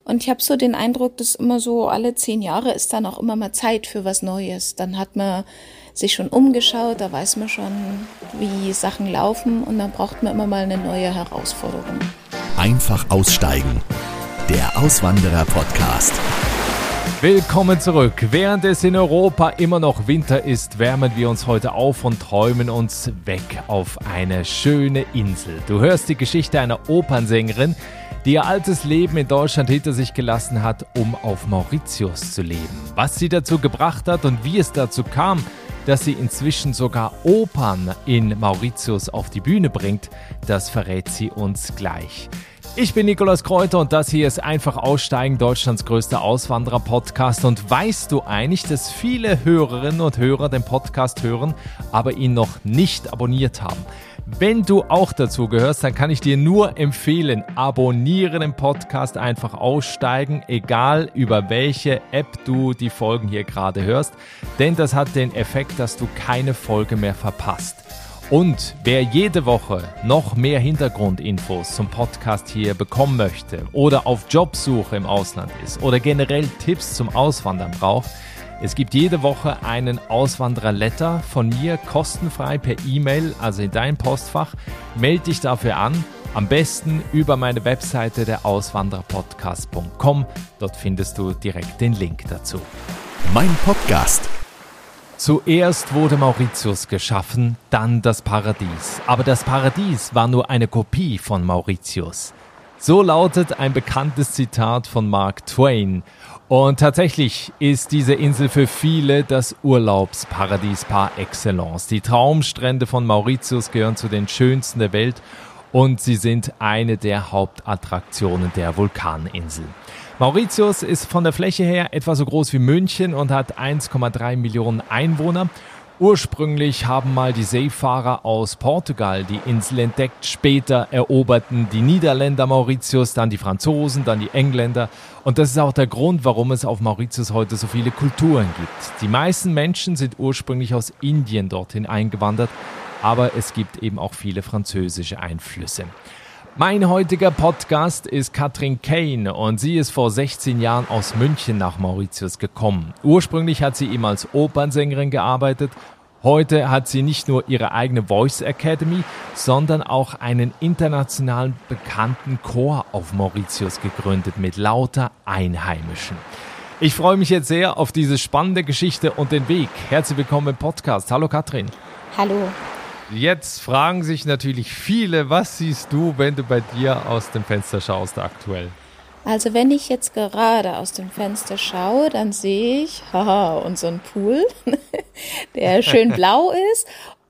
Und ich habe so den Eindruck, dass immer so alle 10 Jahre ist dann auch immer mal Zeit für was Neues. Dann hat man sich schon umgeschaut, da weiß man schon, wie Sachen laufen und dann braucht man immer mal eine neue Herausforderung. Einfach aussteigen. Der Auswanderer-Podcast. Willkommen zurück. Während es in Europa immer noch Winter ist, wärmen wir uns heute auf und träumen uns weg auf eine schöne Insel. Du hörst die Geschichte einer Opernsängerin, die ihr altes Leben in Deutschland hinter sich gelassen hat, um auf Mauritius zu leben. Was sie dazu gebracht hat und wie es dazu kam, dass sie inzwischen sogar Opern in Mauritius auf die Bühne bringt, das verrät sie uns gleich. Ich bin Nikolaus Kräuter und das hier ist Einfach Aussteigen, Deutschlands größter Auswanderer-Podcast. Und weißt du eigentlich, dass viele Hörerinnen und Hörer den Podcast hören, aber ihn noch nicht abonniert haben? Wenn du auch dazu gehörst, dann kann ich dir nur empfehlen, abonniere den Podcast Einfach Aussteigen, egal über welche App du die Folgen hier gerade hörst, denn das hat den Effekt, dass du keine Folge mehr verpasst. Und wer jede Woche noch mehr Hintergrundinfos zum Podcast hier bekommen möchte oder auf Jobsuche im Ausland ist oder generell Tipps zum Auswandern braucht, es gibt jede Woche einen Auswanderer-Letter von mir kostenfrei per E-Mail, also in dein Postfach. Melde dich dafür an, am besten über meine Webseite der Auswandererpodcast.com. Dort findest du direkt den Link dazu. Mein Podcast. Zuerst wurde Mauritius geschaffen, dann das Paradies. Aber das Paradies war nur eine Kopie von Mauritius. So lautet ein bekanntes Zitat von Mark Twain. Und tatsächlich ist diese Insel für viele das Urlaubsparadies par excellence. Die Traumstrände von Mauritius gehören zu den schönsten der Welt und sie sind eine der Hauptattraktionen der Vulkaninsel. Mauritius ist von der Fläche her etwa so groß wie München und hat 1,3 Millionen Einwohner. Ursprünglich haben mal die Seefahrer aus Portugal die Insel entdeckt. Später eroberten die Niederländer Mauritius, dann die Franzosen, dann die Engländer. Und das ist auch der Grund, warum es auf Mauritius heute so viele Kulturen gibt. Die meisten Menschen sind ursprünglich aus Indien dorthin eingewandert, aber es gibt eben auch viele französische Einflüsse. Mein heutiger Podcast ist Katrin Kane und sie ist vor 16 Jahren aus München nach Mauritius gekommen. Ursprünglich hat sie eben als Opernsängerin gearbeitet. Heute hat sie nicht nur ihre eigene Voice Academy, sondern auch einen international bekannten Chor auf Mauritius gegründet mit lauter Einheimischen. Ich freue mich jetzt sehr auf diese spannende Geschichte und den Weg. Herzlich willkommen im Podcast. Hallo Katrin. Hallo. Jetzt fragen sich natürlich viele, was siehst du, wenn du bei dir aus dem Fenster schaust aktuell? Also wenn ich jetzt gerade aus dem Fenster schaue, dann sehe ich, unseren Pool, der schön blau ist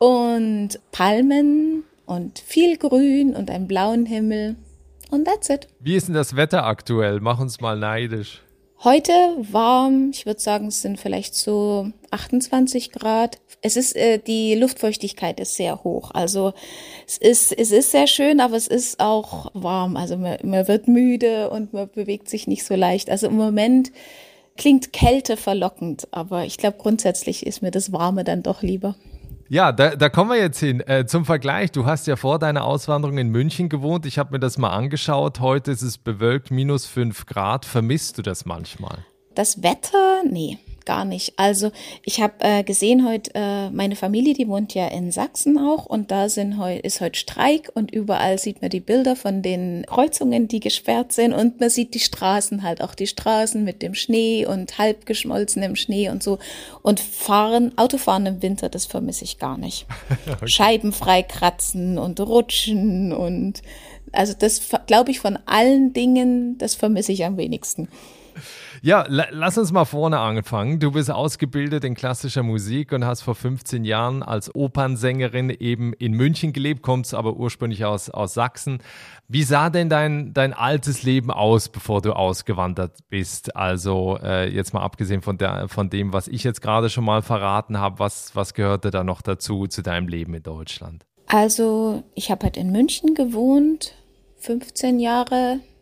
und Palmen und viel Grün und einen blauen Himmel und that's it. Wie ist denn das Wetter aktuell? Mach uns mal neidisch. Heute warm, ich würde sagen, es sind vielleicht so 28 Grad. Es ist, die Luftfeuchtigkeit ist sehr hoch. Also es ist sehr schön, aber es ist auch warm. Also man wird müde und man bewegt sich nicht so leicht. Also im Moment klingt Kälte verlockend, aber ich glaube grundsätzlich ist mir das Warme dann doch lieber. Ja, da kommen wir jetzt hin. Zum Vergleich, du hast ja vor deiner Auswanderung in München gewohnt. Ich habe mir das mal angeschaut. Heute ist es bewölkt, -5 Grad. Vermisst du das manchmal? Das Wetter? Nee, gar nicht. Also ich habe gesehen heute, meine Familie, die wohnt ja in Sachsen auch und da ist heute Streik und überall sieht man die Bilder von den Kreuzungen, die gesperrt sind und man sieht die Straßen halt, auch die Straßen mit dem Schnee und halb geschmolzenem Schnee und so und Autofahren im Winter, das vermisse ich gar nicht. Okay. Scheiben frei kratzen und rutschen und also das glaube ich von allen Dingen, das vermisse ich am wenigsten. Ja, lass uns mal vorne anfangen. Du bist ausgebildet in klassischer Musik und hast vor 15 Jahren als Opernsängerin eben in München gelebt, kommst aber ursprünglich aus Sachsen. Wie sah denn dein altes Leben aus, bevor du ausgewandert bist? Also jetzt mal abgesehen von dem, was ich jetzt gerade schon mal verraten habe, was gehörte da noch dazu zu deinem Leben in Deutschland? Also ich habe halt in München gewohnt, 15 Jahre.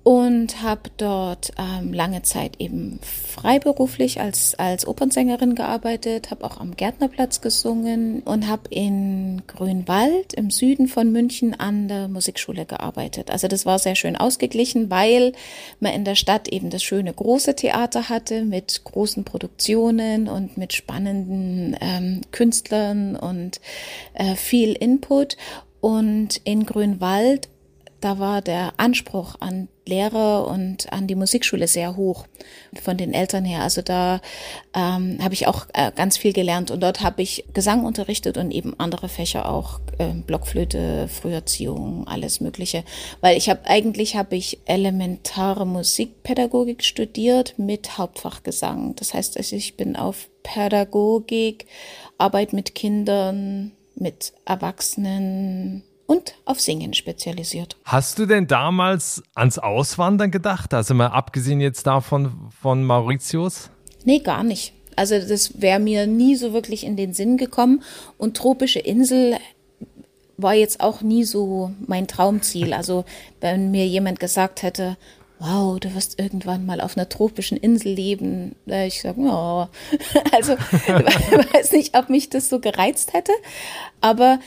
und habe dort lange Zeit eben freiberuflich als Opernsängerin gearbeitet, habe auch am Gärtnerplatz gesungen und habe in Grünwald im Süden von München an der Musikschule gearbeitet. Also das war sehr schön ausgeglichen, weil man in der Stadt eben das schöne große Theater hatte mit großen Produktionen und mit spannenden Künstlern und viel Input. Und in Grünwald, da war der Anspruch an Lehrer und an die Musikschule sehr hoch von den Eltern her. Also da habe ich auch ganz viel gelernt und dort habe ich Gesang unterrichtet und eben andere Fächer auch, Blockflöte, Früherziehung, alles Mögliche. Weil eigentlich habe ich elementare Musikpädagogik studiert mit Hauptfach Gesang. Das heißt, also ich bin auf Pädagogik, Arbeit mit Kindern, mit Erwachsenen und auf Singen spezialisiert. Hast du denn damals ans Auswandern gedacht? Also mal abgesehen jetzt davon von Mauritius? Nee, gar nicht. Also das wäre mir nie so wirklich in den Sinn gekommen. Und tropische Insel war jetzt auch nie so mein Traumziel. Also wenn mir jemand gesagt hätte, wow, du wirst irgendwann mal auf einer tropischen Insel leben. Ich sage, ja, also ich weiß nicht, ob mich das so gereizt hätte. Aber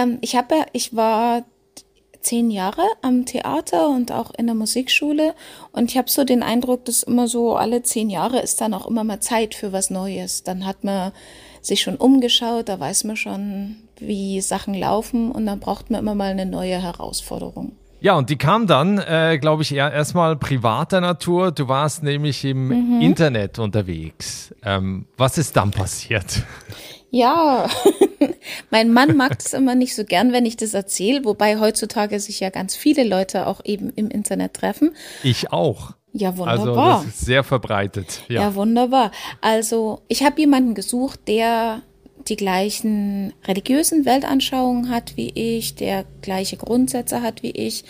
ich war 10 Jahre am Theater und auch in der Musikschule und ich habe so den Eindruck, dass immer so alle 10 Jahre ist dann auch immer mal Zeit für was Neues. Dann hat man sich schon umgeschaut, da weiß man schon, wie Sachen laufen und dann braucht man immer mal eine neue Herausforderung. Ja, und die kam dann, glaube ich, erstmal privater Natur. Du warst nämlich im Internet unterwegs. Was ist dann passiert? Ja, mein Mann mag das immer nicht so gern, wenn ich das erzähle, wobei heutzutage sich ja ganz viele Leute auch eben im Internet treffen. Ich auch. Ja, wunderbar. Also das ist sehr verbreitet. Ja, wunderbar. Also ich habe jemanden gesucht, der die gleichen religiösen Weltanschauungen hat wie ich, der gleiche Grundsätze hat wie ich.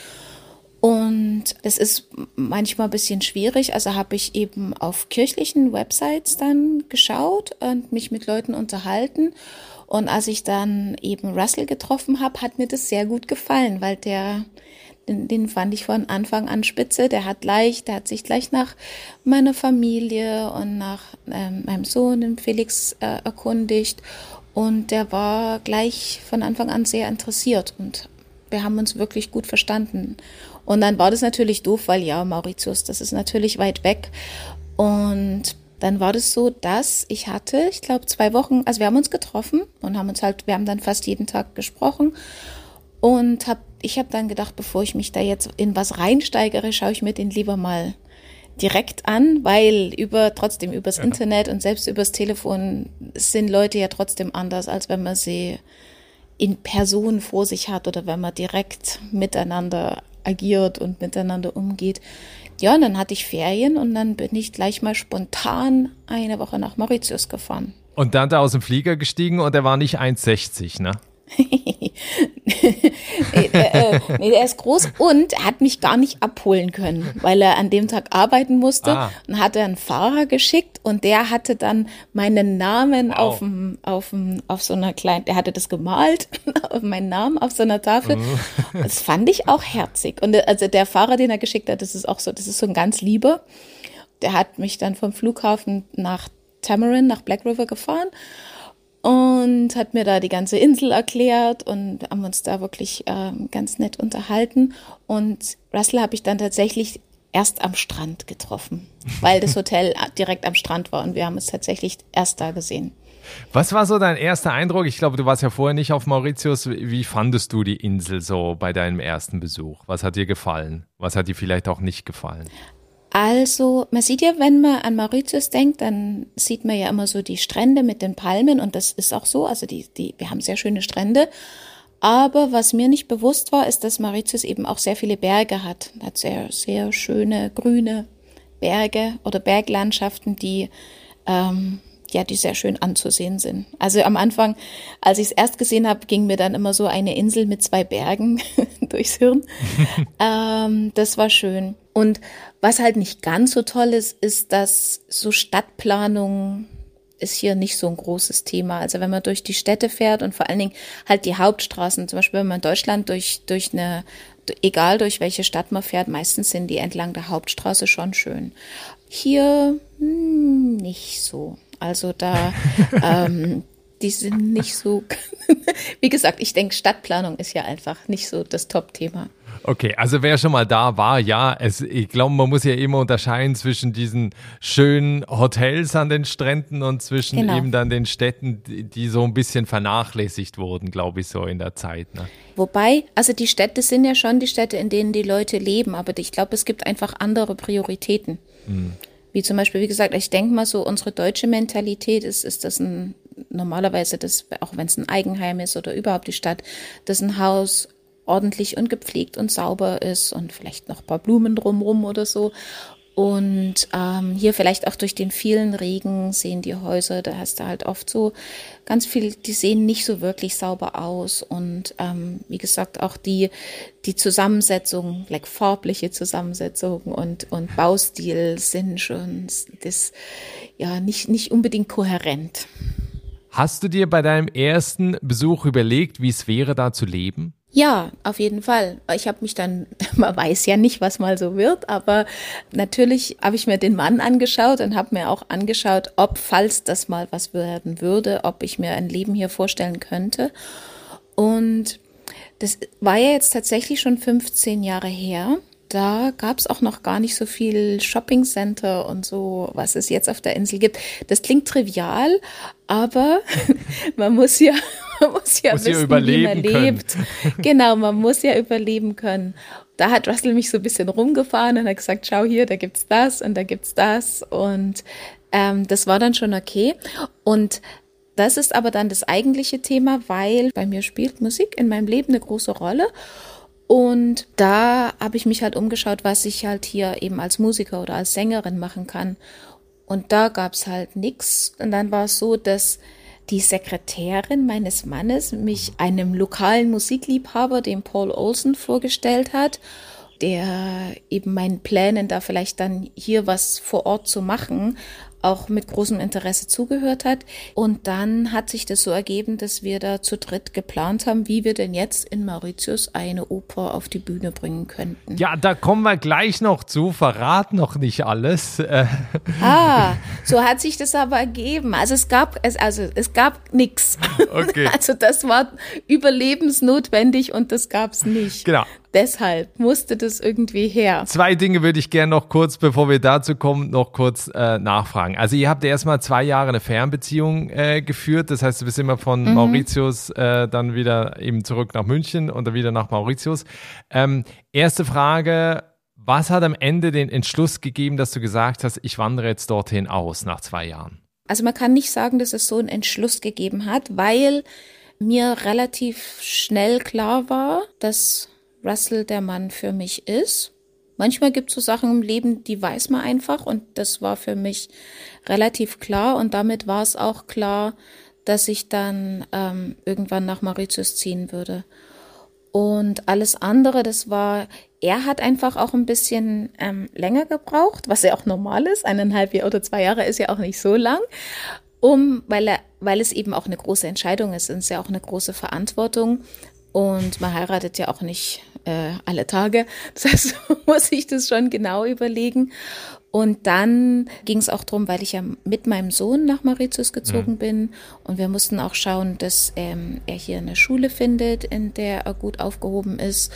Und das ist manchmal ein bisschen schwierig. Also habe ich eben auf kirchlichen Websites dann geschaut und mich mit Leuten unterhalten. Und als ich dann eben Russell getroffen habe, hat mir das sehr gut gefallen, weil den fand ich von Anfang an spitze. Der hat sich gleich nach meiner Familie und nach meinem Sohn, dem Felix, erkundigt. Und der war gleich von Anfang an sehr interessiert. Und wir haben uns wirklich gut verstanden. Und dann war das natürlich doof, weil ja, Mauritius, das ist natürlich weit weg. Und dann war das so, dass ich glaube 2 Wochen, also wir haben uns getroffen und wir haben dann fast jeden Tag gesprochen. Und ich habe dann gedacht, bevor ich mich da jetzt in was reinsteigere, schaue ich mir den lieber mal direkt an, weil trotzdem übers Internet und selbst übers Telefon sind Leute ja trotzdem anders, als wenn man sie in Person vor sich hat oder wenn man direkt miteinander agiert und miteinander umgeht. Ja, und dann hatte ich Ferien und dann bin ich gleich mal spontan eine Woche nach Mauritius gefahren. Und dann da aus dem Flieger gestiegen und der war nicht 1,60, ne? Nee, der ist groß und er hat mich gar nicht abholen können, weil er an dem Tag arbeiten musste und hatte einen Fahrer geschickt und der hatte dann meinen Namen auf so einer kleinen, der hatte das gemalt, meinen Namen auf so einer Tafel. Das fand ich auch herzig. Und also der Fahrer, den er geschickt hat, das ist so ein ganz lieber. Der hat mich dann vom Flughafen nach Tamarin, nach Black River gefahren. Und hat mir da die ganze Insel erklärt und haben uns da wirklich ganz nett unterhalten. Und Russell habe ich dann tatsächlich erst am Strand getroffen, weil das Hotel direkt am Strand war und wir haben es tatsächlich erst da gesehen. Was war so dein erster Eindruck? Ich glaube, du warst ja vorher nicht auf Mauritius. Wie fandest du die Insel so bei deinem ersten Besuch? Was hat dir gefallen? Was hat dir vielleicht auch nicht gefallen? Also, man sieht ja, wenn man an Mauritius denkt, dann sieht man ja immer so die Strände mit den Palmen und das ist auch so, also wir haben sehr schöne Strände. Aber was mir nicht bewusst war, ist, dass Mauritius eben auch sehr viele Berge hat. Hat sehr, sehr schöne grüne Berge oder Berglandschaften, die sehr schön anzusehen sind. Also am Anfang, als ich es erst gesehen habe, ging mir dann immer so eine Insel mit 2 Bergen durchs Hirn. Das war schön. Und was halt nicht ganz so toll ist, dass so Stadtplanung ist hier nicht so ein großes Thema. Also wenn man durch die Städte fährt und vor allen Dingen halt die Hauptstraßen, zum Beispiel wenn man in Deutschland durch egal durch welche Stadt man fährt, meistens sind die entlang der Hauptstraße schon schön. Hier nicht so. Also da, die sind nicht so, wie gesagt, ich denke, Stadtplanung ist ja einfach nicht so das Top-Thema. Okay, also wer schon mal da war, ja, ich glaube, man muss ja immer unterscheiden zwischen diesen schönen Hotels an den Stränden und zwischen eben dann den Städten, die so ein bisschen vernachlässigt wurden, glaube ich, so in der Zeit. Ne? Wobei, also die Städte sind ja schon die Städte, in denen die Leute leben, aber ich glaube, es gibt einfach andere Prioritäten. Wie zum Beispiel, wie gesagt, ich denke mal so, unsere deutsche Mentalität ist das normalerweise, auch wenn es ein Eigenheim ist oder überhaupt die Stadt, dass ein Haus ordentlich und gepflegt und sauber ist und vielleicht noch ein paar Blumen drumrum oder so. Und hier vielleicht auch durch den vielen Regen sehen die Häuser, da hast du halt oft so ganz viel, die sehen nicht so wirklich sauber aus. Und wie gesagt, auch die Zusammensetzung, farbliche Zusammensetzung und Baustil sind schon nicht unbedingt kohärent. Hast du dir bei deinem ersten Besuch überlegt, wie es wäre, da zu leben? Ja, auf jeden Fall. Ich habe mich dann, man weiß ja nicht, was mal so wird, aber natürlich habe ich mir den Mann angeschaut und habe mir auch angeschaut, ob, falls das mal was werden würde, ob ich mir ein Leben hier vorstellen könnte. Und das war ja jetzt tatsächlich schon 15 Jahre her. Da gab es auch noch gar nicht so viel Shoppingcenter und so, was es jetzt auf der Insel gibt. Das klingt trivial, aber man muss ja wissen, wie man lebt. Genau, man muss ja überleben können. Da hat Russell mich so ein bisschen rumgefahren und hat gesagt, schau hier, da gibt's das und da gibt's das. Und das war dann schon okay. Und das ist aber dann das eigentliche Thema, weil bei mir spielt Musik in meinem Leben eine große Rolle. Und da habe ich mich halt umgeschaut, was ich halt hier eben als Musiker oder als Sängerin machen kann. Und da gab's halt nix. Und dann war es so, dass die Sekretärin meines Mannes mich einem lokalen Musikliebhaber, dem Paul Olsen, vorgestellt hat, der eben meinen Plänen, da vielleicht dann hier was vor Ort zu machen, auch mit großem Interesse zugehört hat. Und dann hat sich das so ergeben, dass wir da zu dritt geplant haben, wie wir denn jetzt in Mauritius eine Oper auf die Bühne bringen könnten. Ja, da kommen wir gleich noch zu. Verrat noch nicht alles. So hat sich das aber ergeben. Also es gab nichts. Okay. Also das war überlebensnotwendig und das gab's nicht. Genau. Deshalb musste das irgendwie her. 2 Dinge würde ich gerne noch kurz, bevor wir dazu kommen, noch kurz nachfragen. Also ihr habt erstmal 2 Jahre eine Fernbeziehung geführt. Das heißt, du bist immer von Mauritius dann wieder eben zurück nach München und dann wieder nach Mauritius. Erste Frage, was hat am Ende den Entschluss gegeben, dass du gesagt hast, ich wandere jetzt dorthin aus nach 2 Jahren? Also man kann nicht sagen, dass es so einen Entschluss gegeben hat, weil mir relativ schnell klar war, dass Russell der Mann für mich ist. Manchmal gibt es so Sachen im Leben, die weiß man einfach und das war für mich relativ klar und damit war es auch klar, dass ich dann irgendwann nach Mauritius ziehen würde. Und alles andere, er hat einfach auch ein bisschen länger gebraucht, was ja auch normal ist. 1,5 Jahre oder 2 Jahre ist ja auch nicht so lang, weil es eben auch eine große Entscheidung ist. Es ist ja auch eine große Verantwortung. Und man heiratet ja auch nicht alle Tage. Das heißt, man muss sich das schon genau überlegen. Und dann ging es auch darum, weil ich ja mit meinem Sohn nach Mauritius gezogen bin. Und wir mussten auch schauen, dass er hier eine Schule findet, in der er gut aufgehoben ist.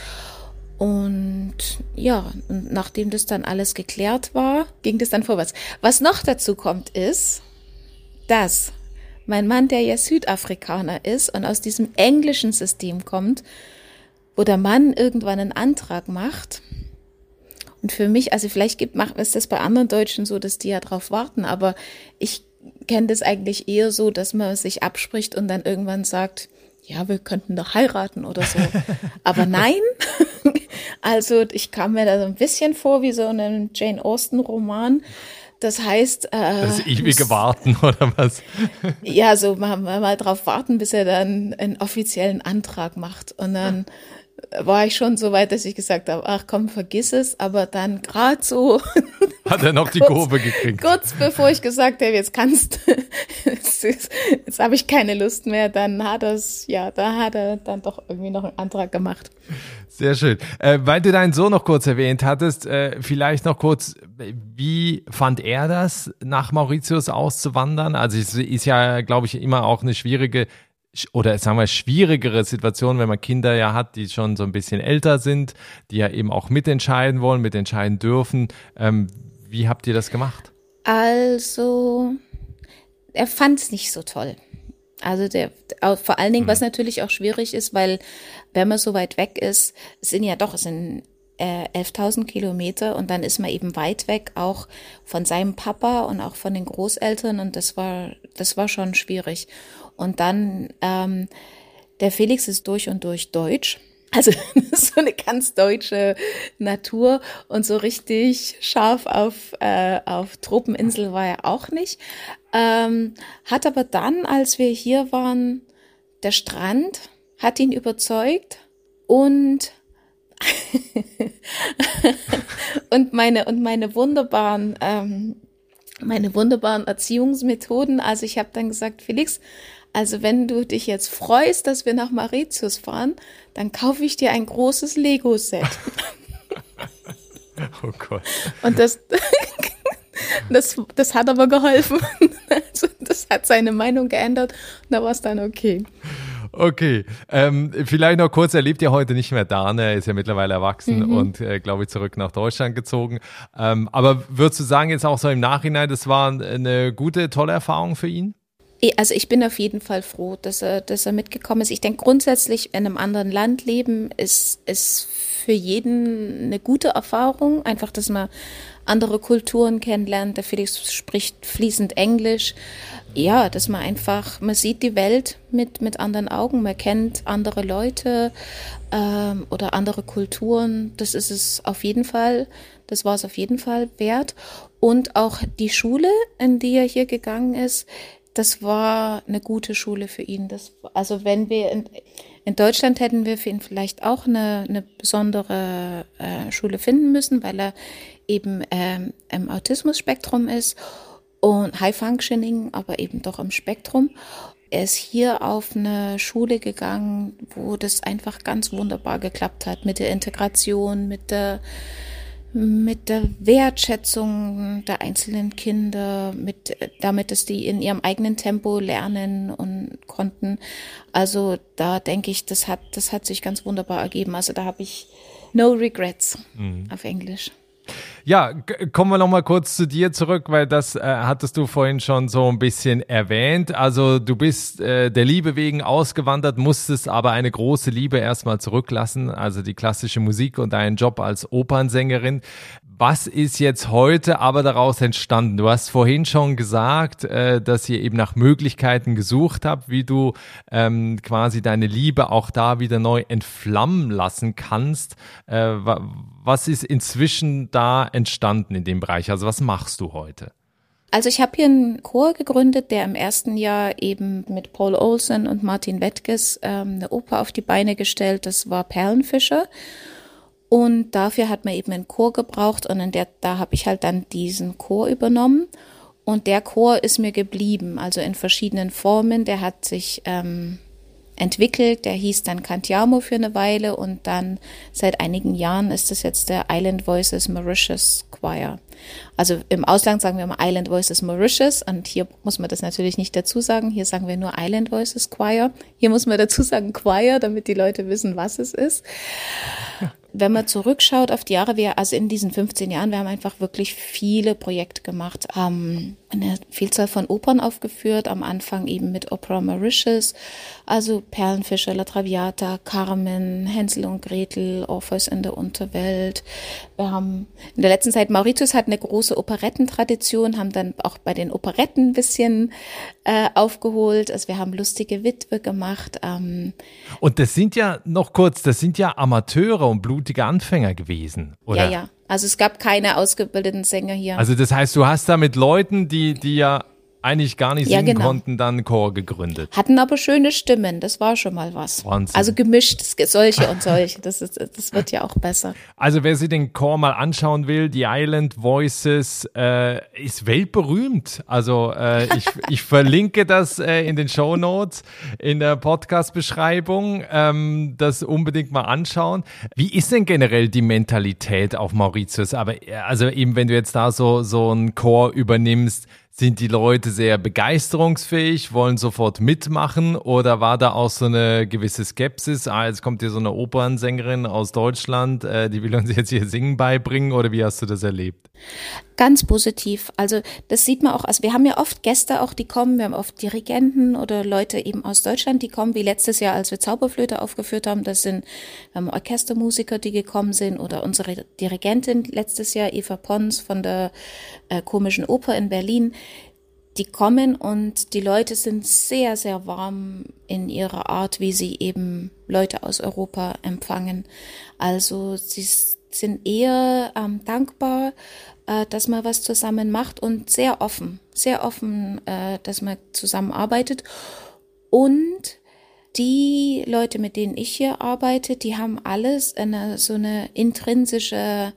Und ja, nachdem das dann alles geklärt war, ging das dann vorwärts. Was noch dazu kommt, ist, dass mein Mann, der ja Südafrikaner ist und aus diesem englischen System kommt, wo der Mann irgendwann einen Antrag macht. Und für mich, also vielleicht ist das bei anderen Deutschen so, dass die ja drauf warten, aber ich kenne das eigentlich eher so, dass man sich abspricht und dann irgendwann sagt, ja, wir könnten doch heiraten oder so. Aber nein, also ich kam mir da so ein bisschen vor wie so ein Jane Austen-Roman. Das heißt, das ewige Warten oder was? Ja, so mal drauf warten, bis er dann einen offiziellen Antrag macht. Und dann war ich schon so weit, dass ich gesagt habe, ach komm, vergiss es. Aber dann gerade so hat er noch die Kurve gekriegt. Kurz bevor ich gesagt habe, jetzt kannst jetzt habe ich keine Lust mehr, dann da hat er dann doch irgendwie noch einen Antrag gemacht. Sehr schön. Weil du deinen Sohn noch kurz erwähnt hattest, vielleicht noch kurz, wie fand er das, nach Mauritius auszuwandern? Also es ist ja, glaube ich, immer auch eine schwierigere Situation, wenn man Kinder ja hat, die schon so ein bisschen älter sind, die ja eben auch mitentscheiden wollen, mitentscheiden dürfen. Wie habt ihr das gemacht? Also, er fand es nicht so toll. Also vor allen Dingen, was natürlich auch schwierig ist, weil wenn man so weit weg ist, es sind 11.000 Kilometer und dann ist man eben weit weg, auch von seinem Papa und auch von den Großeltern, und das war schon schwierig. Und dann, der Felix ist durch und durch deutsch. Also so eine ganz deutsche Natur, und so richtig scharf auf Tropeninsel war er auch nicht. Hat aber dann, als wir hier waren, der Strand hat ihn überzeugt, und und meine wunderbaren Erziehungsmethoden. Also ich habe dann gesagt, Felix, also wenn du dich jetzt freust, dass wir nach Mauritius fahren, dann kaufe ich dir ein großes Lego-Set. Oh Gott. Und das hat aber geholfen. Also das hat seine Meinung geändert, und da war es dann okay. Okay, vielleicht noch kurz, er lebt ja heute nicht mehr da, ne? Er ist ja mittlerweile erwachsen und, glaube ich, zurück nach Deutschland gezogen. Aber würdest du sagen, jetzt auch so im Nachhinein, das war eine gute, tolle Erfahrung für ihn? Also ich bin auf jeden Fall froh, dass er mitgekommen ist. Ich denke, grundsätzlich in einem anderen Land leben ist für jeden eine gute Erfahrung. Einfach, dass man andere Kulturen kennenlernt. Der Felix spricht fließend Englisch. Ja, dass man sieht die Welt mit anderen Augen. Man kennt andere Leute oder andere Kulturen. Das ist es auf jeden Fall. Das war es auf jeden Fall wert. Und auch die Schule, in die er hier gegangen ist, das war eine gute Schule für ihn. Also wenn wir in Deutschland hätten wir für ihn vielleicht auch eine besondere Schule finden müssen, weil er eben im Autismus-Spektrum ist und High Functioning, aber eben doch im Spektrum. Er ist hier auf eine Schule gegangen, wo das einfach ganz wunderbar geklappt hat mit der Integration, mit der Wertschätzung der einzelnen Kinder, damit, dass die in ihrem eigenen Tempo lernen und konnten. Also da denke ich, das hat sich ganz wunderbar ergeben. Also da habe ich no regrets auf Englisch. Ja, kommen wir noch mal kurz zu dir zurück, weil das hattest du vorhin schon so ein bisschen erwähnt. Also du bist der Liebe wegen ausgewandert, musstest aber eine große Liebe erstmal zurücklassen, also die klassische Musik und deinen Job als Opernsängerin. Was ist jetzt heute aber daraus entstanden? Du hast vorhin schon gesagt, dass ihr eben nach Möglichkeiten gesucht habt, wie du quasi deine Liebe auch da wieder neu entflammen lassen kannst. Was ist inzwischen da entstanden in dem Bereich? Also was machst du heute? Also ich habe hier einen Chor gegründet, der im ersten Jahr eben mit Paul Olsen und Martin Wettges eine Oper auf die Beine gestellt. Das war Perlenfischer. Und dafür hat man eben einen Chor gebraucht, und da habe ich halt dann diesen Chor übernommen. Und der Chor ist mir geblieben, also in verschiedenen Formen. Der hat sich entwickelt, der hieß dann Cantiamo für eine Weile, und dann seit einigen Jahren ist das jetzt der Island Voices Mauritius Choir. Also im Ausland sagen wir immer Island Voices Mauritius, und hier muss man das natürlich nicht dazu sagen. Hier sagen wir nur Island Voices Choir. Hier muss man dazu sagen Choir, damit die Leute wissen, was es ist. Ja. Wenn man zurückschaut auf die Jahre, also in diesen 15 Jahren, wir haben einfach wirklich viele Projekte gemacht, haben eine Vielzahl von Opern aufgeführt, am Anfang eben mit Opera Mauritius, also Perlenfischer, La Traviata, Carmen, Hänsel und Gretel, Orpheus in der Unterwelt. Wir haben in der letzten Zeit, Mauritius hat eine große Operettentradition, haben dann auch bei den Operetten ein bisschen aufgeholt, also wir haben Lustige Witwe gemacht. Und das sind ja Amateure und blutige Anfänger gewesen, oder? Ja. Also es gab keine ausgebildeten Sänger hier. Also das heißt, du hast da mit Leuten, die ja eigentlich gar nicht singen konnten, dann einen Chor gegründet. Hatten aber schöne Stimmen, das war schon mal was. Wahnsinn. Also gemischt, solche und solche, das wird ja auch besser. Also wer sich den Chor mal anschauen will, die Island Voices ist weltberühmt. Also ich verlinke das in den Shownotes, in der Podcast-Beschreibung, das unbedingt mal anschauen. Wie ist denn generell die Mentalität auf Mauritius? Aber also eben, wenn du jetzt da so einen Chor übernimmst, sind die Leute sehr begeisterungsfähig, wollen sofort mitmachen oder war da auch so eine gewisse Skepsis? Jetzt kommt hier so eine Opernsängerin aus Deutschland, die will uns jetzt hier Singen beibringen oder wie hast du das erlebt? Ganz positiv. Also das sieht man auch. Also wir haben ja oft Gäste auch, die kommen. Wir haben oft Dirigenten oder Leute eben aus Deutschland, die kommen, wie letztes Jahr, als wir Zauberflöte aufgeführt haben. Wir haben Orchestermusiker, die gekommen sind oder unsere Dirigentin letztes Jahr, Eva Pons von der Komischen Oper in Berlin. Die kommen und die Leute sind sehr, sehr warm in ihrer Art, wie sie eben Leute aus Europa empfangen. Also sie sind eher dankbar, dass man was zusammen macht und sehr offen, dass man zusammenarbeitet. Und die Leute, mit denen ich hier arbeite, die haben alles so eine intrinsische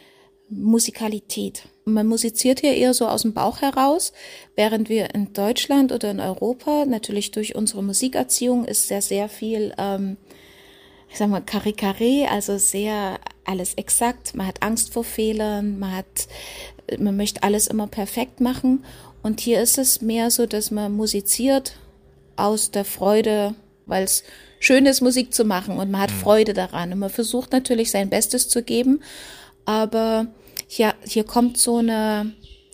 Musikalität. Man musiziert hier eher so aus dem Bauch heraus, während wir in Deutschland oder in Europa natürlich durch unsere Musikerziehung ist sehr viel, ich sag mal, Carré, also sehr alles exakt. Man hat Angst vor Fehlern, man möchte alles immer perfekt machen. Und hier ist es mehr so, dass man musiziert aus der Freude, weil es schön ist, Musik zu machen und man hat Freude daran. Und man versucht natürlich sein Bestes zu geben, aber hier kommt so eine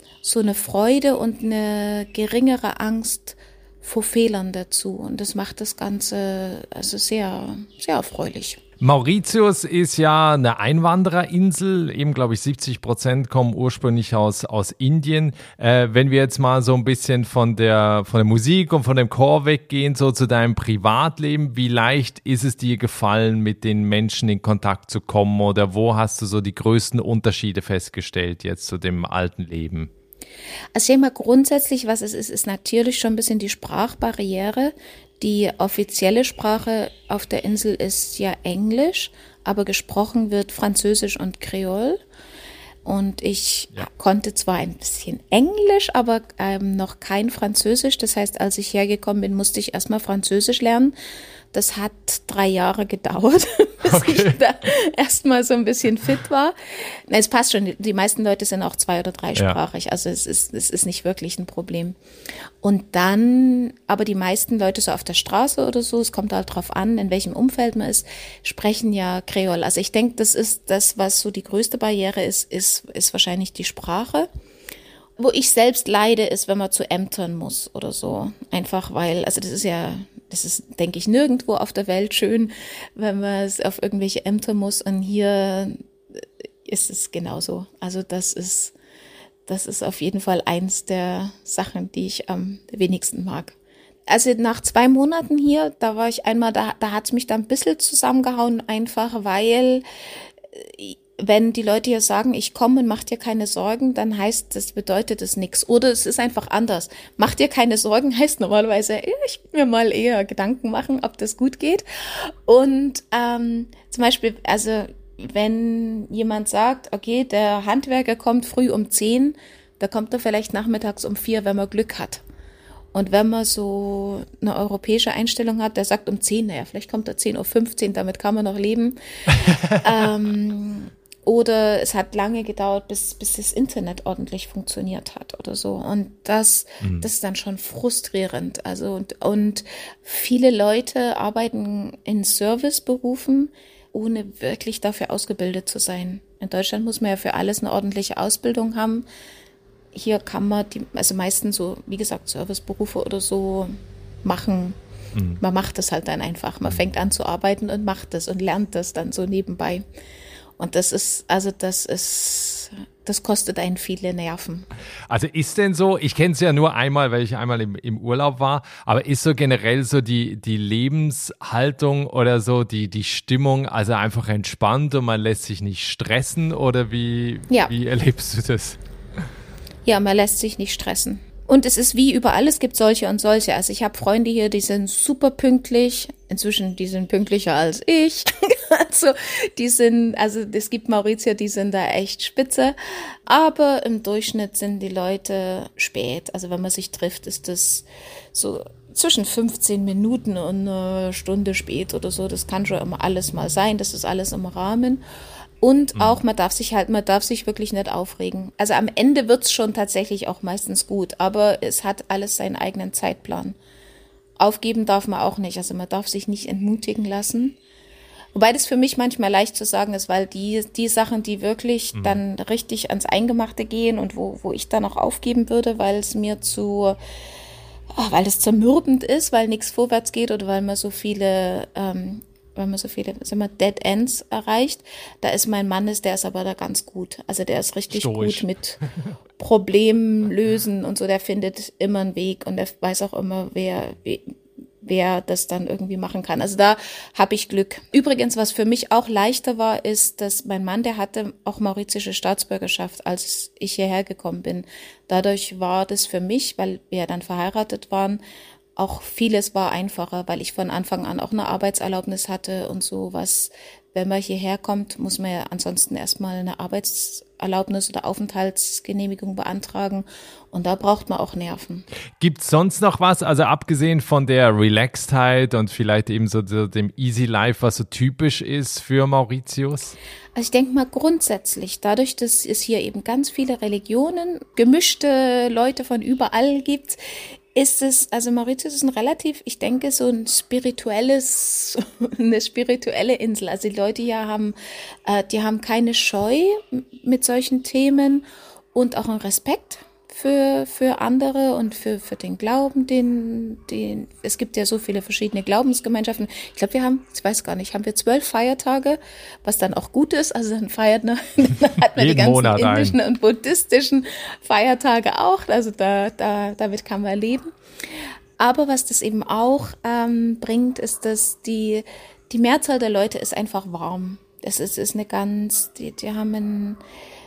Freude und eine geringere Angst vor Fehlern dazu. Und das macht das Ganze also sehr, sehr erfreulich. Mauritius ist ja eine Einwandererinsel, eben glaube ich 70% kommen ursprünglich aus Indien. Wenn wir jetzt mal so ein bisschen von der Musik und von dem Chor weggehen, so zu deinem Privatleben, wie leicht ist es dir gefallen, mit den Menschen in Kontakt zu kommen oder wo hast du so die größten Unterschiede festgestellt jetzt zu dem alten Leben? Also ich denke mal grundsätzlich, was es ist natürlich schon ein bisschen die Sprachbarriere. Die offizielle Sprache auf der Insel ist ja Englisch, aber gesprochen wird Französisch und Kreol. Und ich konnte zwar ein bisschen Englisch, aber noch kein Französisch. Das heißt, als ich hergekommen bin, musste ich erstmal Französisch lernen. Das hat 3 Jahre gedauert, bis ich da erstmal so ein bisschen fit war. Es passt schon, die meisten Leute sind auch 2- oder 3-sprachig, also es ist nicht wirklich ein Problem. Und dann, aber die meisten Leute so auf der Straße oder so, es kommt halt drauf an, in welchem Umfeld man ist, sprechen ja Kreol. Also ich denke, das ist das, was so die größte Barriere ist wahrscheinlich die Sprache. Wo ich selbst leide, ist, wenn man zu Ämtern muss oder so. Einfach weil, also das ist, denke ich, nirgendwo auf der Welt schön, wenn man auf irgendwelche Ämter muss. Und hier ist es genauso. Also das ist auf jeden Fall eins der Sachen, die ich am wenigsten mag. Also nach 2 Monaten hier, da war ich einmal, da hat's mich da ein bisschen zusammengehauen, einfach weil wenn die Leute ja sagen, ich komme und mach dir keine Sorgen, dann bedeutet es nichts. Oder es ist einfach anders. Mach dir keine Sorgen heißt normalerweise, ich will mir mal eher Gedanken machen, ob das gut geht. Und zum Beispiel, also wenn jemand sagt, okay, der Handwerker kommt früh um 10, da kommt er vielleicht nachmittags um 4, wenn man Glück hat. Und wenn man so eine europäische Einstellung hat, der sagt um 10, naja, vielleicht kommt er 10:15 Uhr, damit kann man noch leben. Oder es hat lange gedauert, bis das Internet ordentlich funktioniert hat oder so. Und das ist dann schon frustrierend. Also und viele Leute arbeiten in Serviceberufen, ohne wirklich dafür ausgebildet zu sein. In Deutschland muss man ja für alles eine ordentliche Ausbildung haben. Hier kann man also meistens so, wie gesagt, Serviceberufe oder so machen. Man macht das halt dann einfach. Man fängt an zu arbeiten und macht das und lernt das dann so nebenbei. Und das kostet einen viele Nerven. Also ist denn so, ich kenne es ja nur einmal, weil ich einmal im Urlaub war, aber ist so generell so die Lebenshaltung oder so die Stimmung, also einfach entspannt und man lässt sich nicht stressen oder wie erlebst du das? Ja, man lässt sich nicht stressen. Und es ist wie überall, es gibt solche und solche. Also ich habe Freunde hier, die sind super pünktlich. Inzwischen, die sind pünktlicher als ich. Also es gibt Mauritier, die sind da echt spitze. Aber im Durchschnitt sind die Leute spät. Also wenn man sich trifft, ist das so zwischen 15 Minuten und eine Stunde spät oder so. Das kann schon immer alles mal sein. Das ist alles im Rahmen. Und auch, man darf sich wirklich nicht aufregen. Also am Ende wird's schon tatsächlich auch meistens gut, aber es hat alles seinen eigenen Zeitplan. Aufgeben darf man auch nicht, also man darf sich nicht entmutigen lassen. Wobei das für mich manchmal leicht zu sagen ist, weil die Sachen, die wirklich dann richtig ans Eingemachte gehen und wo ich dann auch aufgeben würde, weil es zermürbend ist, weil nichts vorwärts geht oder weil man so viele Dead Ends erreicht. Da ist mein Mann, der ist aber da ganz gut. Also der ist richtig stoisch. Gut mit Problemen lösen und so. Der findet immer einen Weg und der weiß auch immer, wer das dann irgendwie machen kann. Also da habe ich Glück. Übrigens, was für mich auch leichter war, ist, dass mein Mann, der hatte auch mauritiusche Staatsbürgerschaft, als ich hierher gekommen bin. Dadurch war das für mich, weil wir dann verheiratet waren, auch vieles war einfacher, weil ich von Anfang an auch eine Arbeitserlaubnis hatte und so was. Wenn man hierher kommt, muss man ja ansonsten erstmal eine Arbeitserlaubnis oder Aufenthaltsgenehmigung beantragen. Und da braucht man auch Nerven. Gibt's sonst noch was, also abgesehen von der Relaxedheit und vielleicht eben so dem Easy Life, was so typisch ist für Mauritius? Also ich denke mal grundsätzlich, dadurch, dass es hier eben ganz viele Religionen, gemischte Leute von überall gibt, also Mauritius ist ich denke, so eine spirituelle Insel. Also die Leute hier die haben keine Scheu mit solchen Themen und auch einen Respekt für andere und für den Glauben, es gibt ja so viele verschiedene Glaubensgemeinschaften. Ich glaube, haben wir 12 Feiertage, was dann auch gut ist. Also dann hat man die ganzen indischen und buddhistischen Feiertage auch. Also damit kann man leben. Aber was das eben auch bringt, ist, dass die Mehrzahl der Leute ist einfach warm. Die haben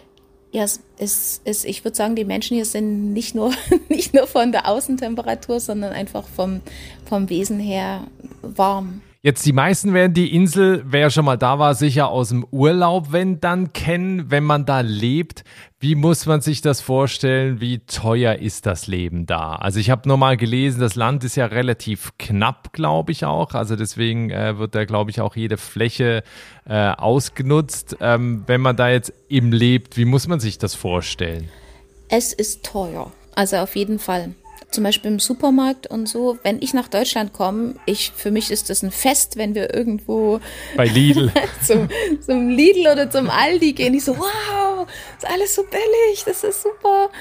ich würde sagen, die Menschen hier sind nicht nur von der Außentemperatur, sondern einfach vom Wesen her warm. Jetzt die meisten werden die Insel, wer schon mal da war, sicher aus dem Urlaub, dann kennen, wenn man da lebt. Wie muss man sich das vorstellen? Wie teuer ist das Leben da? Also ich habe nur mal gelesen, das Land ist ja relativ knapp, glaube ich auch. Also deswegen wird da, glaube ich, auch jede Fläche ausgenutzt. Wenn man da jetzt eben lebt, wie muss man sich das vorstellen? Es ist teuer, also auf jeden Fall. Zum Beispiel im Supermarkt und so, wenn ich nach Deutschland komme, für mich ist das ein Fest, wenn wir irgendwo bei Lidl zum Lidl oder zum Aldi gehen. Ich so, wow, ist alles so billig, das ist super.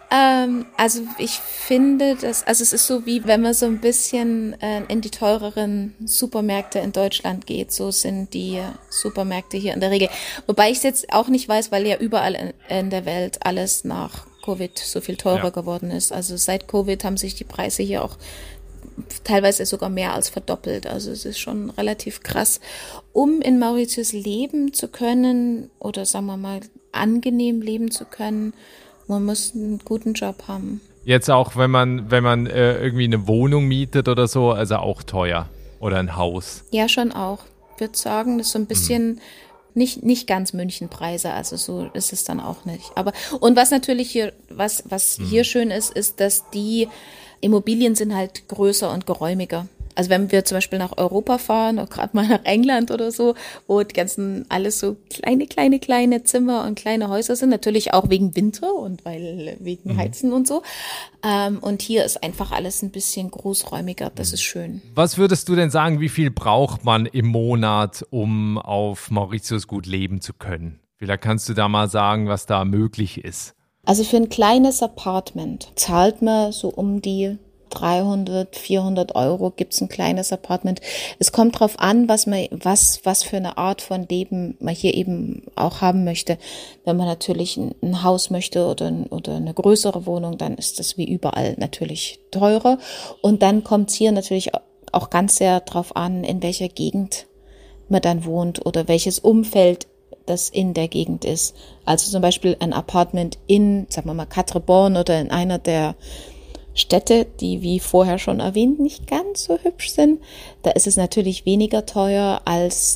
Also ich finde es ist so wie, wenn man so ein bisschen in die teureren Supermärkte in Deutschland geht, so sind die Supermärkte hier in der Regel. Wobei ich es jetzt auch nicht weiß, weil ja überall in der Welt alles nach Covid so viel teurer geworden ist. Also seit Covid haben sich die Preise hier auch teilweise sogar mehr als verdoppelt. Also es ist schon relativ krass. Um in Mauritius leben zu können oder sagen wir mal angenehm leben zu können, man muss einen guten Job haben. Jetzt auch, wenn man irgendwie eine Wohnung mietet oder so, also auch teuer oder ein Haus. Ja, schon auch. Ich würde sagen, das ist so ein bisschen nicht ganz Münchenpreise, also so ist es dann auch nicht. Aber und was natürlich hier, was hier schön ist, dass die Immobilien sind halt größer und geräumiger. Also wenn wir zum Beispiel nach Europa fahren, oder gerade mal nach England oder so, wo die ganzen alles so kleine Zimmer und kleine Häuser sind, natürlich auch wegen Winter und wegen Heizen und so. Und hier ist einfach alles ein bisschen großräumiger, das ist schön. Was würdest du denn sagen, wie viel braucht man im Monat, um auf Mauritius gut leben zu können? Vielleicht kannst du da mal sagen, was da möglich ist. Also für ein kleines Apartment zahlt man so um die 300, 400 Euro gibt's ein kleines Apartment. Es kommt drauf an, was für eine Art von Leben man hier eben auch haben möchte. Wenn man natürlich ein Haus möchte oder eine größere Wohnung, dann ist das wie überall natürlich teurer. Und dann kommt's hier natürlich auch ganz sehr drauf an, in welcher Gegend man dann wohnt oder welches Umfeld das in der Gegend ist. Also zum Beispiel ein Apartment in, sagen wir mal, Katrepon oder in einer der Städte, die wie vorher schon erwähnt nicht ganz so hübsch sind. Da ist es natürlich weniger teuer als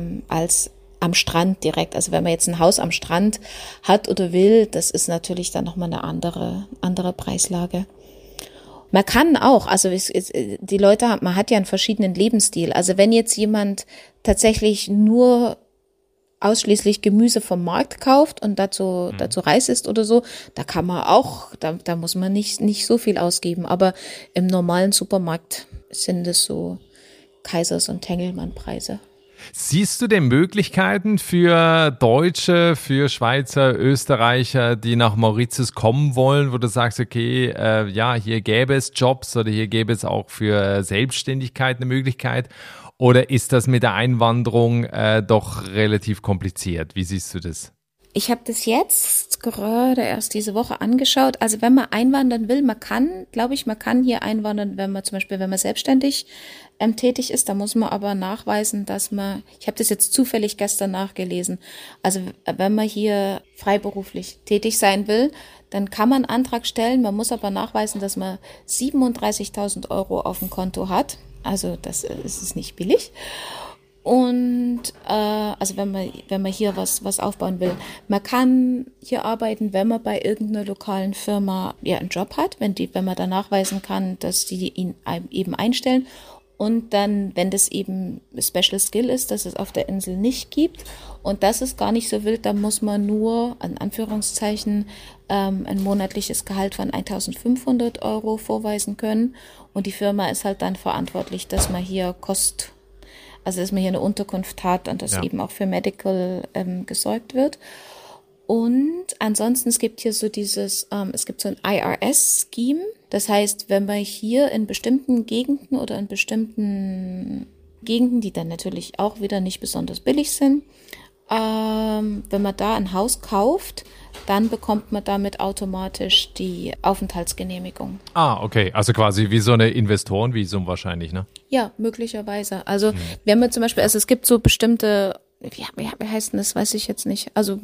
am Strand direkt. Also wenn man jetzt ein Haus am Strand hat oder will, das ist natürlich dann nochmal eine andere Preislage. Man kann auch, also die Leute haben, man hat ja einen verschiedenen Lebensstil. Also wenn jetzt jemand tatsächlich nur ausschließlich Gemüse vom Markt kauft und dazu Reis isst oder so, da kann man auch, da muss man nicht so viel ausgeben. Aber im normalen Supermarkt sind es so Kaisers- und Tengelmann-Preise. Siehst du denn Möglichkeiten für Deutsche, für Schweizer, Österreicher, die nach Mauritius kommen wollen, wo du sagst, okay, hier gäbe es Jobs oder hier gäbe es auch für Selbstständigkeit eine Möglichkeit? Oder ist das mit der Einwanderung doch relativ kompliziert? Wie siehst du das? Ich habe das jetzt gerade erst diese Woche angeschaut. Also wenn man einwandern will, man kann hier einwandern, wenn man selbstständig tätig ist. Da muss man aber nachweisen, ich habe das jetzt zufällig gestern nachgelesen, also wenn man hier freiberuflich tätig sein will, dann kann man einen Antrag stellen. Man muss aber nachweisen, dass man 37.000 Euro auf dem Konto hat. Also das ist nicht billig. Und also wenn man hier was aufbauen will, man kann hier arbeiten, wenn man bei irgendeiner lokalen Firma einen Job hat, wenn man da nachweisen kann, dass die ihn eben einstellen. Und dann, wenn das eben Special Skill ist, dass es auf der Insel nicht gibt und das ist gar nicht so wild, dann muss man nur, in Anführungszeichen, ein monatliches Gehalt von 1.500 Euro vorweisen können und die Firma ist halt dann verantwortlich, dass man hier eine Unterkunft hat und dass eben auch für Medical gesorgt wird. Und ansonsten, es gibt hier so es gibt so ein IRS-Scheme. Das heißt, wenn man hier in bestimmten Gegenden oder in bestimmten Gegenden, die dann natürlich auch wieder nicht besonders billig sind, wenn man da ein Haus kauft, dann bekommt man damit automatisch die Aufenthaltsgenehmigung. Ah, okay. Also quasi wie so eine Investorenvisum wahrscheinlich, ne? Ja, möglicherweise. Also wenn man zum Beispiel, es gibt so bestimmte, wie heißt denn das, weiß ich jetzt nicht, also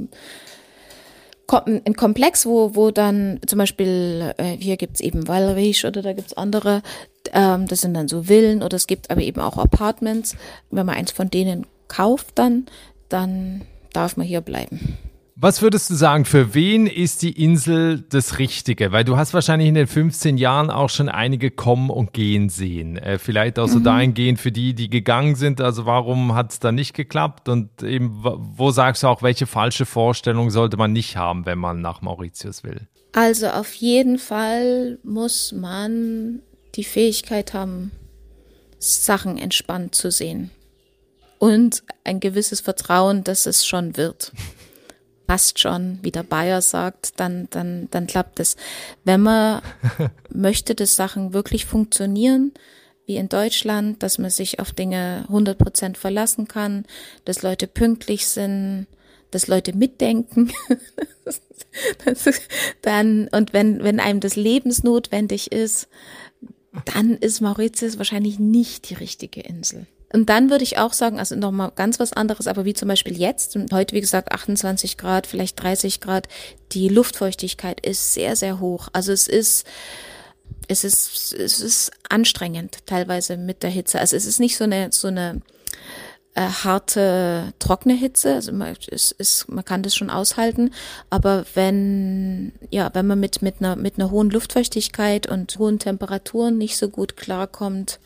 ein Komplex, wo dann zum Beispiel, hier gibt's eben Valriche oder da gibt's andere, das sind dann so Villen oder es gibt aber eben auch Apartments. Wenn man eins von denen kauft, dann darf man hier bleiben. Was würdest du sagen, für wen ist die Insel das Richtige? Weil du hast wahrscheinlich in den 15 Jahren auch schon einige kommen und gehen sehen. Vielleicht auch so dahingehend für die gegangen sind. Also warum hat es da nicht geklappt? Und eben, wo sagst du auch, welche falsche Vorstellung sollte man nicht haben, wenn man nach Mauritius will? Also auf jeden Fall muss man die Fähigkeit haben, Sachen entspannt zu sehen. Und ein gewisses Vertrauen, dass es schon wird. Passt schon, wie der Bayer sagt, dann klappt es. Wenn man möchte, dass Sachen wirklich funktionieren, wie in Deutschland, dass man sich auf Dinge 100% verlassen kann, dass Leute pünktlich sind, dass Leute mitdenken, und wenn einem das lebensnotwendig ist, dann ist Mauritius wahrscheinlich nicht die richtige Insel. Und dann würde ich auch sagen, also nochmal ganz was anderes, aber wie zum Beispiel jetzt, und heute wie gesagt 28 Grad, vielleicht 30 Grad, die Luftfeuchtigkeit ist sehr, sehr hoch. Also es ist anstrengend teilweise mit der Hitze. Also es ist nicht so eine harte, trockene Hitze, also man kann das schon aushalten, aber wenn man mit einer hohen Luftfeuchtigkeit und hohen Temperaturen nicht so gut klarkommt,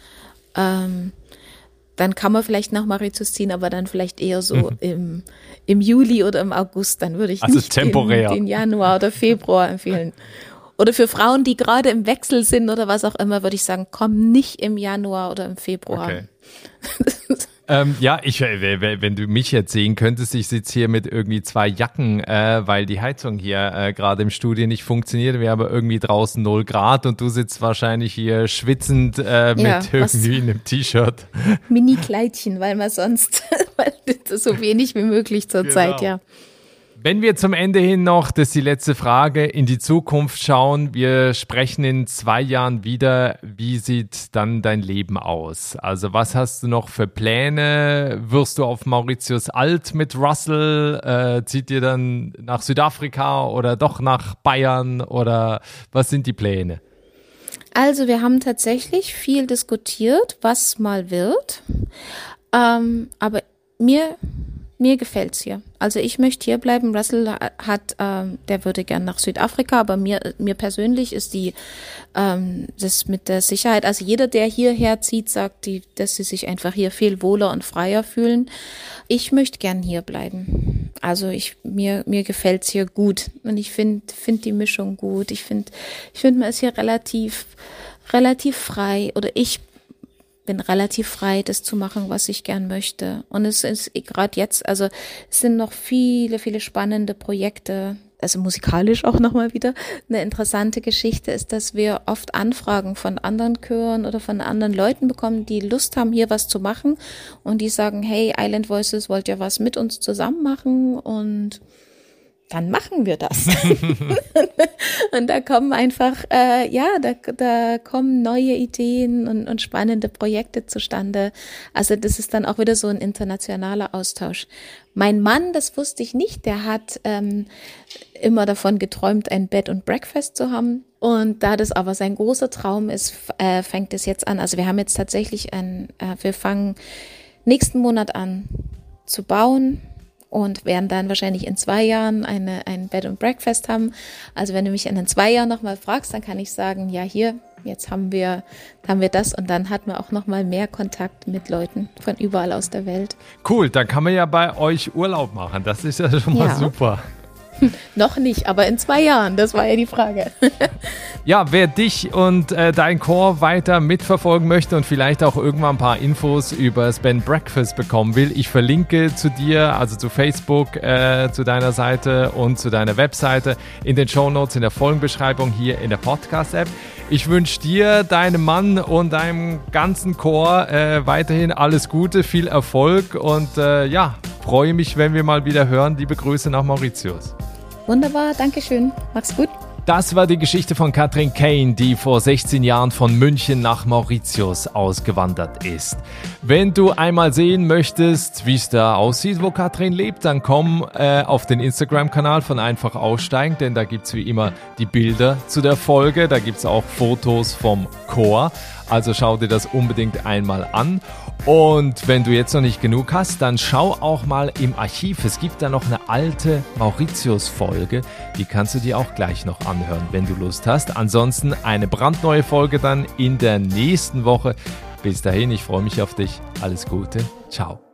dann kann man vielleicht nach Mauritius ziehen, aber dann vielleicht eher so im Juli oder im August. Dann würde ich nicht temporär den Januar oder Februar empfehlen. Oder für Frauen, die gerade im Wechsel sind oder was auch immer, würde ich sagen, komm nicht im Januar oder im Februar. Okay. Wenn du mich jetzt sehen könntest, ich sitze hier mit irgendwie 2 Jacken, weil die Heizung hier gerade im Studio nicht funktioniert. Wir haben irgendwie draußen 0 Grad und du sitzt wahrscheinlich hier schwitzend mit irgendwie einem T-Shirt. Mini-Kleidchen, weil so wenig wie möglich zur Zeit, ja. Wenn wir zum Ende hin noch, das ist die letzte Frage, in die Zukunft schauen, wir sprechen in 2 Jahren wieder, wie sieht dann dein Leben aus? Also was hast du noch für Pläne? Wirst du auf Mauritius alt mit Russell? Zieht ihr dann nach Südafrika oder doch nach Bayern oder was sind die Pläne? Also wir haben tatsächlich viel diskutiert, was mal wird, aber mir gefällt's hier. Also ich möchte hier bleiben. Russell der würde gern nach Südafrika, aber mir persönlich ist das mit der Sicherheit, also jeder, der hierher zieht, sagt, dass sie sich einfach hier viel wohler und freier fühlen. Ich möchte gern hier bleiben. Also mir gefällt's hier gut und ich finde die Mischung gut. Ich finde, man ist hier relativ frei, oder ich bin relativ frei, das zu machen, was ich gern möchte. Und es ist gerade jetzt, also es sind noch viele, viele spannende Projekte, also musikalisch auch nochmal wieder. Eine interessante Geschichte ist, dass wir oft Anfragen von anderen Chören oder von anderen Leuten bekommen, die Lust haben, hier was zu machen und die sagen, hey, Island Voices, wollt ihr was mit uns zusammen machen? Und dann machen wir das. Und da kommen einfach, da kommen neue Ideen und spannende Projekte zustande. Also das ist dann auch wieder so ein internationaler Austausch. Mein Mann, das wusste ich nicht, der hat immer davon geträumt, ein Bed and Breakfast zu haben. Und da das aber sein großer Traum ist, fängt es jetzt an. Also wir haben jetzt tatsächlich wir fangen nächsten Monat an zu bauen. Und werden dann wahrscheinlich in 2 Jahren ein Bed and Breakfast haben. Also wenn du mich in 2 Jahren nochmal fragst, dann kann ich sagen, ja hier, jetzt haben wir das. Und dann hat man auch nochmal mehr Kontakt mit Leuten von überall aus der Welt. Cool, dann kann man ja bei euch Urlaub machen. Das ist ja schon mal super. Noch nicht, aber in 2 Jahren, das war ja die Frage. Ja, wer dich und dein Chor weiter mitverfolgen möchte und vielleicht auch irgendwann ein paar Infos über das Bed and Breakfast bekommen will, ich verlinke zu dir, also zu Facebook, zu deiner Seite und zu deiner Webseite in den Shownotes, in der Folgenbeschreibung hier in der Podcast-App. Ich wünsche dir, deinem Mann und deinem ganzen Chor weiterhin alles Gute, viel Erfolg und freue mich, wenn wir mal wieder hören. Liebe Grüße nach Mauritius. Wunderbar, Dankeschön. Mach's gut. Das war die Geschichte von Katrin Kane, die vor 16 Jahren von München nach Mauritius ausgewandert ist. Wenn du einmal sehen möchtest, wie es da aussieht, wo Katrin lebt, dann komm auf den Instagram-Kanal von Einfach Aussteigen, denn da gibt's wie immer die Bilder zu der Folge. Da gibt's auch Fotos vom Chor. Also schau dir das unbedingt einmal an. Und wenn du jetzt noch nicht genug hast, dann schau auch mal im Archiv. Es gibt da noch eine alte Mauritius-Folge. Die kannst du dir auch gleich noch anhören, wenn du Lust hast. Ansonsten eine brandneue Folge dann in der nächsten Woche. Bis dahin, ich freue mich auf dich. Alles Gute. Ciao.